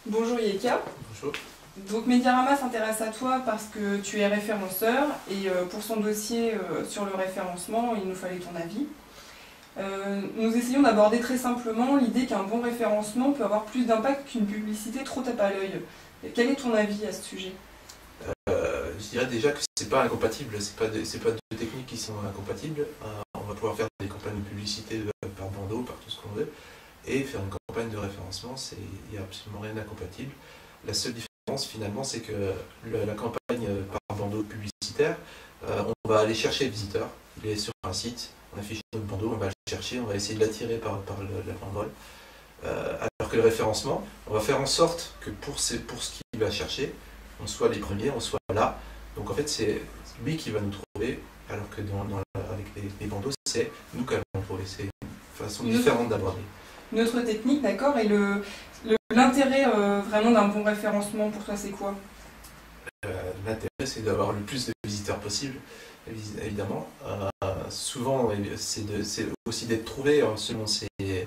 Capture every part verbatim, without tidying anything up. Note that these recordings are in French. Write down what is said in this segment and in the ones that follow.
Bonjour Yeka. Bonjour. Donc Mediarama s'intéresse à toi parce que tu es référenceur et euh, pour son dossier euh, sur le référencement, il nous fallait ton avis. Euh, nous essayons d'aborder très simplement l'idée qu'un bon référencement peut avoir plus d'impact qu'une publicité trop tape à l'œil. Quel est ton avis à ce sujet? euh, Je dirais déjà que c'est pas incompatible, c'est pas, des, pas deux techniques qui sont incompatibles. Euh, on va pouvoir faire des campagnes de publicité par bandeau, par tout ce qu'on veut, et faire une campagne de référencement, il n'y a absolument rien d'incompatible. La seule différence finalement, c'est que la, la campagne par bandeau publicitaire, euh, on va aller chercher le visiteur, il est sur un site, on affiche notre bandeau, on va le chercher, on va essayer de l'attirer par, par le, la banderole. Euh, alors que le référencement, on va faire en sorte que pour, ces, pour ce qu'il va chercher, on soit les premiers, on soit là. Donc en fait, c'est lui qui va nous trouver, alors que dans, dans, avec les, les bandeaux, c'est nous qui allons le trouver. C'est une façon différente d'aborder. Une autre technique, d'accord. Et le, l'intérêt euh, vraiment d'un bon référencement pour toi, c'est quoi? euh, L'intérêt, c'est d'avoir le plus de visiteurs possible, évidemment. Euh, souvent, c'est aussi d'être trouvé selon, ses,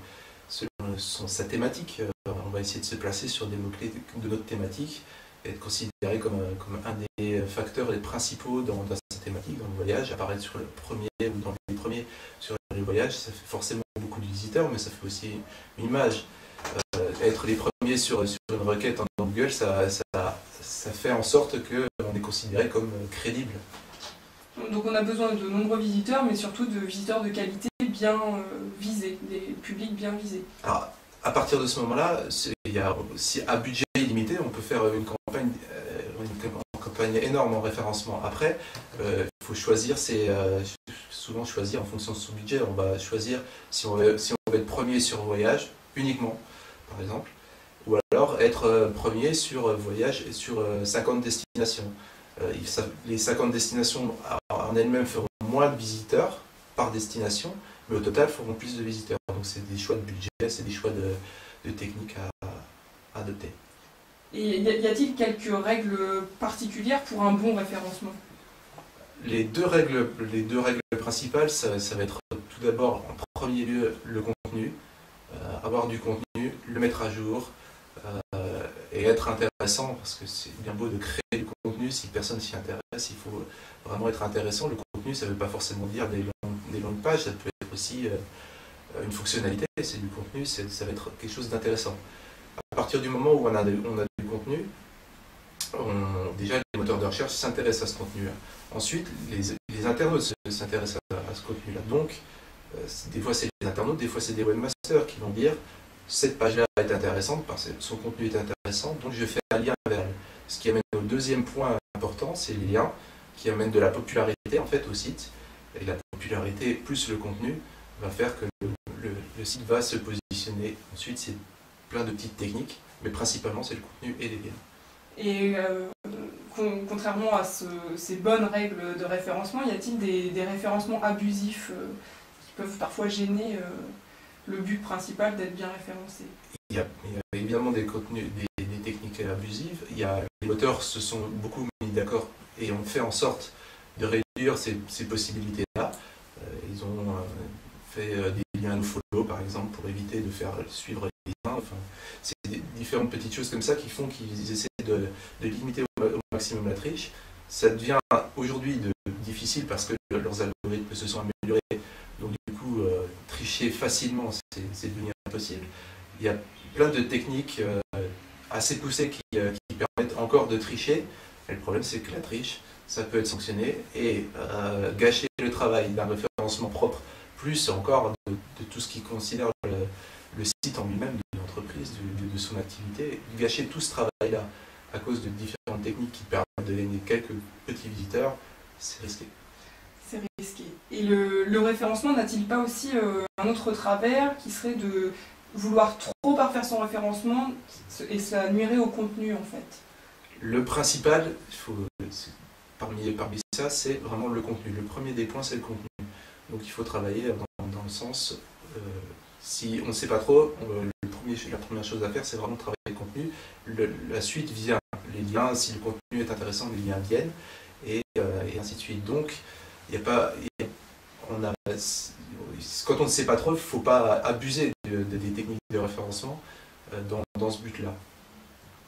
selon son, sa thématique. Euh, on va essayer de se placer sur des mots-clés de, de notre thématique et être considéré comme, comme un des facteurs les principaux dans, dans sa thématique, dans le voyage. Apparaître sur le premier ou dans les premiers sur le voyage, ça fait forcément beaucoup de visiteurs, mais ça fait aussi une image. Euh, être les premiers sur, sur une requête en Google, ça, ça, ça fait en sorte qu'on est considéré comme crédible. Donc on a besoin de nombreux visiteurs, mais surtout de visiteurs de qualité bien euh, visés, des publics bien visés. Alors, à partir de ce moment-là, il y a, si à budget limité, on peut faire une campagne, euh, une campagne énorme en référencement. Après, euh, il faut choisir, c'est euh, souvent choisir en fonction de son budget. On va choisir si on veut, si on veut être premier sur voyage uniquement, par exemple, ou alors être premier sur voyage et sur cinquante destinations. Euh, les cinquante destinations en elles-mêmes feront moins de visiteurs par destination, mais au total feront plus de visiteurs. Donc c'est des choix de budget, c'est des choix de, de techniques à, à adopter. Et y a-t-il quelques règles particulières pour un bon référencement? Les deux règles, les deux règles principales, ça, ça va être tout d'abord en premier lieu le contenu, euh, avoir du contenu, le mettre à jour euh, et être intéressant, parce que c'est bien beau de créer du contenu, si personne s'y intéresse, il faut vraiment être intéressant. Le contenu, ça ne veut pas forcément dire des longues, des longues pages, ça peut être aussi euh, une fonctionnalité, c'est du contenu, ça va être quelque chose d'intéressant. À partir du moment où on a, de, on a du contenu, on, déjà les moteurs de recherche s'intéressent à ce contenu-là. Ensuite, les, les internautes s'intéressent à, à ce contenu-là. Donc, euh, des fois c'est les internautes, des fois c'est des webmasters qui vont dire cette page-là est intéressante parce que son contenu est intéressant, donc je fais un lien vers elle. Ce qui amène au deuxième point important, c'est les liens qui amènent de la popularité en fait au site. Et la popularité plus le contenu va faire que le, le, le site va se positionner. Ensuite, c'est plein de petites techniques, mais principalement c'est le contenu et les liens. Et euh, con contrairement à ce, ces bonnes règles de référencement, y a-t-il des, des référencements abusifs euh, qui peuvent parfois gêner euh, le but principal d'être bien référencé? il y, a, il y a évidemment des contenus, des, des techniques abusives. Il y a, les auteurs se sont beaucoup mis d'accord et ont fait en sorte de réduire ces, ces possibilités-là. Euh, ils ont euh, fait euh, des liens nofollow par exemple pour éviter de faire suivre les liens. Enfin, c'est des différentes petites choses comme ça qui font qu'ils essaient de, de limiter au, au maximum la triche. Ça devient aujourd'hui de, difficile parce que leurs algorithmes se sont améliorés. Donc du coup, euh, tricher facilement, c'est devenu impossible. Il y a plein de techniques euh, assez poussées qui, euh, qui permettent encore de tricher. Et le problème, c'est que la triche, ça peut être sanctionné et euh, gâcher le travail d'un référencement propre, plus encore de, de tout ce qui considère le, le site en lui-même, de l'entreprise, de, de, de son activité. Gâcher tout ce travail-là à cause de différentes techniques qui permettent de gagner quelques petits visiteurs, c'est risqué. C'est risqué. Et le, le référencement n'a-t-il pas aussi euh, un autre travers qui serait de vouloir trop parfaire son référencement et ça nuirait au contenu en fait? Le principal, il faut, parmi, parmi ça, c'est vraiment le contenu. Le premier des points, c'est le contenu. Donc il faut travailler dans, dans le sens, euh, si on ne sait pas trop, on, le premier, la première chose à faire, c'est vraiment travailler le contenu. Le, la suite vient, les liens, si le contenu est intéressant, les liens viennent, et, euh, et ainsi de suite. Donc, il n'y a pas, y a, on a, quand on ne sait pas trop, il ne faut pas abuser de, de, des techniques de référencement euh, dans, dans ce but-là.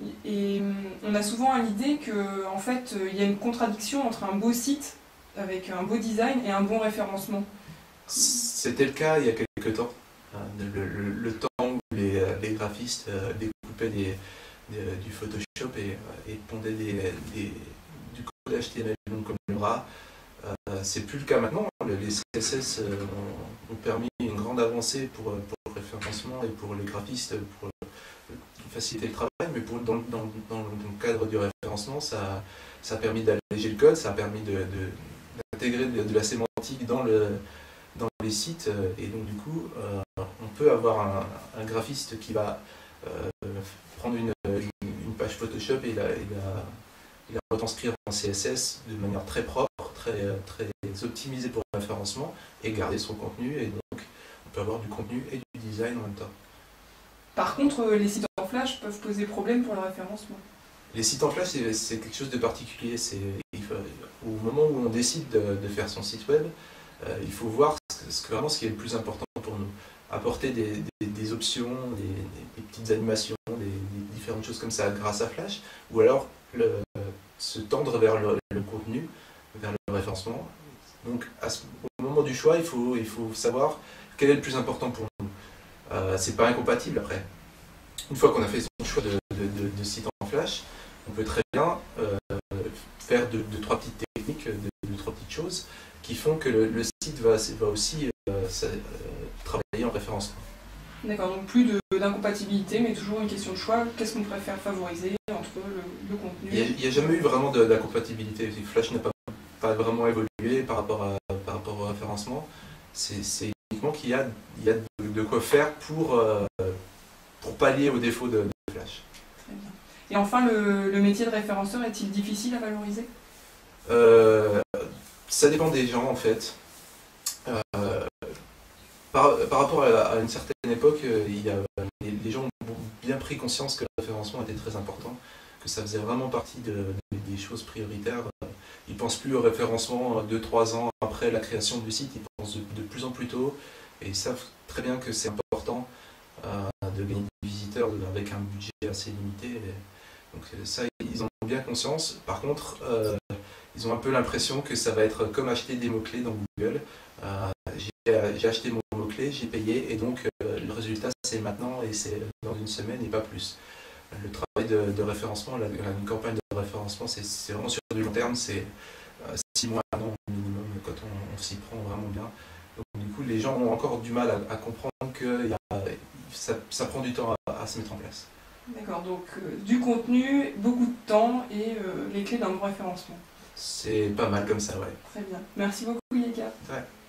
Et on a souvent l'idée qu'en fait, il y a une contradiction entre un beau site avec un beau design et un bon référencement. C'était le cas il y a quelques temps. Le, le, le temps où les, les graphistes découpaient des, des, du Photoshop et, et pondaient des, des, du code H T M L long comme le bras. Euh, c'est plus le cas maintenant. Les C S S ont, ont permis une grande avancée pour, pour le référencement et pour les graphistes, pour faciliter le travail, mais pour, dans, dans, dans le cadre du référencement, ça, ça a permis d'alléger le code, ça a permis d'intégrer de, de, de la sémantique dans, le, dans les sites, et donc du coup, euh, on peut avoir un, un graphiste qui va euh, prendre une, une, une page Photoshop et la, et, la, et la retranscrire en C S S de manière très propre, très, très optimisée pour le référencement, et garder son contenu, et donc on peut avoir du contenu et du design en même temps. Par contre, les sites en Flash peuvent poser problème pour le référencement. Les sites en Flash, c'est quelque chose de particulier. Au moment où on décide de, de faire son site web, euh, il faut voir ce que, vraiment ce qui est le plus important pour nous. Apporter des, des, des options, des, des petites animations, des, des différentes choses comme ça grâce à Flash, ou alors le, se tendre vers le, le contenu, vers le référencement. Donc à ce, au moment du choix, il faut, il faut savoir quel est le plus important pour nous. Euh, c'est pas incompatible après. Une fois qu'on a fait son choix de, de, de, de site en Flash, on peut très bien euh, faire deux, deux, trois petites techniques, deux, deux, trois petites choses qui font que le, le site va, va aussi euh, ça, euh, travailler en référencement. D'accord, donc plus d'incompatibilité, mais toujours une question de choix. Qu'est-ce qu'on préfère favoriser entre le, le contenu? Il n'y a, a jamais eu vraiment d'incompatibilité. Flash n'a pas, pas vraiment évolué par rapport, à, par rapport au référencement. C'est uniquement qu'il y a, il y a de, de quoi faire pour, euh, pour pallier aux défauts de, de Flash. Très bien. Et enfin, le, le métier de référenceur est-il difficile à valoriser? euh, Ça dépend des gens en fait. Euh, par, par rapport à, à une certaine époque, il y a, les, les gens ont bien pris conscience que le référencement était très important, que ça faisait vraiment partie de, de, des choses prioritaires. Ils ne pensent plus au référencement deux trois ans après la création du site, ils pensent de, de plus en plus tôt et ils savent très bien que c'est important euh, de gagner des visiteurs avec un budget assez limité. Et donc ça, ils en ont bien conscience. Par contre, euh, ils ont un peu l'impression que ça va être comme acheter des mots-clés dans Google. Euh, j'ai acheté mon mot-clé, j'ai payé et donc euh, le résultat c'est maintenant et c'est dans une semaine et pas plus. Le travail de, de référencement, la, la, une campagne de référencement, c'est vraiment sur du long terme, c'est euh, six mois, un an minimum quand on, on s'y prend vraiment bien. Donc du coup, les gens ont encore du mal à, à comprendre que y a, ça, ça prend du temps à, à se mettre en place. D'accord, donc euh, du contenu, beaucoup de temps et euh, les clés d'un bon référencement. C'est pas mal comme ça, ouais. Très bien. Merci beaucoup, Yeka. Ouais.